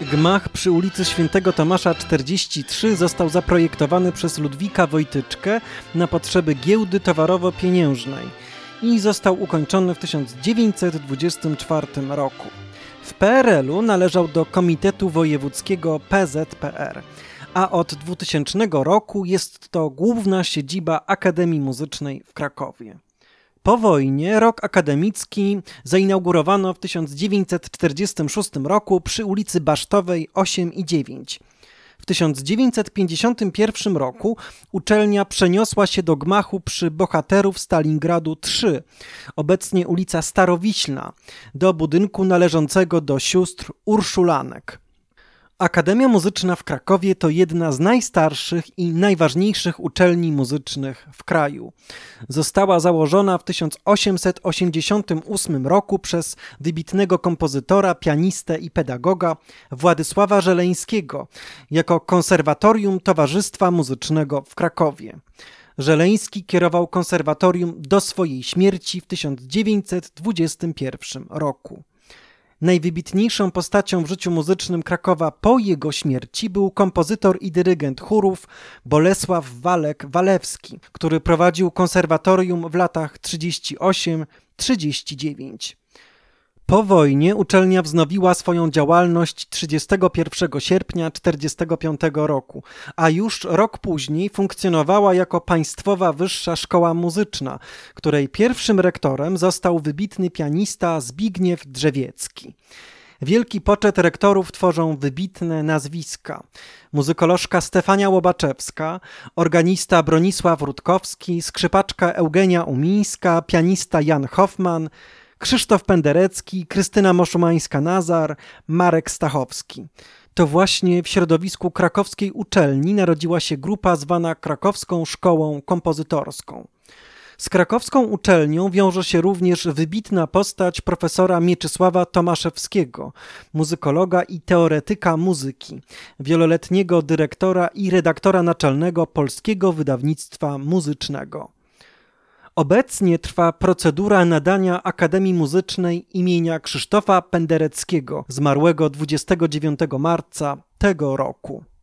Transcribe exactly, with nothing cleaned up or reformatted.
Gmach przy ulicy Świętego Tomasza czterdzieści trzy został zaprojektowany przez Ludwika Wojtyczkę na potrzeby giełdy towarowo-pieniężnej i został ukończony w tysiąc dziewięćset dwudziestym czwartym roku. W P R L-u należał do Komitetu Wojewódzkiego P Z P R, a od dwutysięcznego roku jest to główna siedziba Akademii Muzycznej w Krakowie. Po wojnie rok akademicki zainaugurowano w tysiąc dziewięćset czterdziestym szóstym roku przy ulicy Basztowej osiem i dziewięć. W tysiąc dziewięćset pięćdziesiątym pierwszym roku uczelnia przeniosła się do gmachu przy Bohaterów Stalingradu trzy, obecnie ulica Starowiślna, do budynku należącego do sióstr Urszulanek. Akademia Muzyczna w Krakowie to jedna z najstarszych i najważniejszych uczelni muzycznych w kraju. Została założona w tysiąc osiemset osiemdziesiątym ósmym roku przez wybitnego kompozytora, pianistę i pedagoga Władysława Żeleńskiego jako Konserwatorium Towarzystwa Muzycznego w Krakowie. Żeleński kierował konserwatorium do swojej śmierci w tysiąc dziewięćset dwudziestym pierwszym roku. Najwybitniejszą postacią w życiu muzycznym Krakowa po jego śmierci był kompozytor i dyrygent chórów Bolesław Walek-Walewski, który prowadził konserwatorium w latach trzydziestym ósmym trzydziestym dziewiątym. Po wojnie uczelnia wznowiła swoją działalność trzydziestego pierwszego sierpnia tysiąc dziewięćset czterdziestego piątego roku, a już rok później funkcjonowała jako Państwowa Wyższa Szkoła Muzyczna, której pierwszym rektorem został wybitny pianista Zbigniew Drzewiecki. Wielki poczet rektorów tworzą wybitne nazwiska: muzykolożka Stefania Łobaczewska, organista Bronisław Rutkowski, skrzypaczka Eugenia Umińska, pianista Jan Hoffman, Krzysztof Penderecki, Krystyna Moszumańska-Nazar, Marek Stachowski. To właśnie w środowisku krakowskiej uczelni narodziła się grupa zwana Krakowską Szkołą Kompozytorską. Z krakowską uczelnią wiąże się również wybitna postać profesora Mieczysława Tomaszewskiego, muzykologa i teoretyka muzyki, wieloletniego dyrektora i redaktora naczelnego Polskiego Wydawnictwa Muzycznego. Obecnie trwa procedura nadania Akademii Muzycznej imienia Krzysztofa Pendereckiego, zmarłego dwudziestego dziewiątego marca tego roku.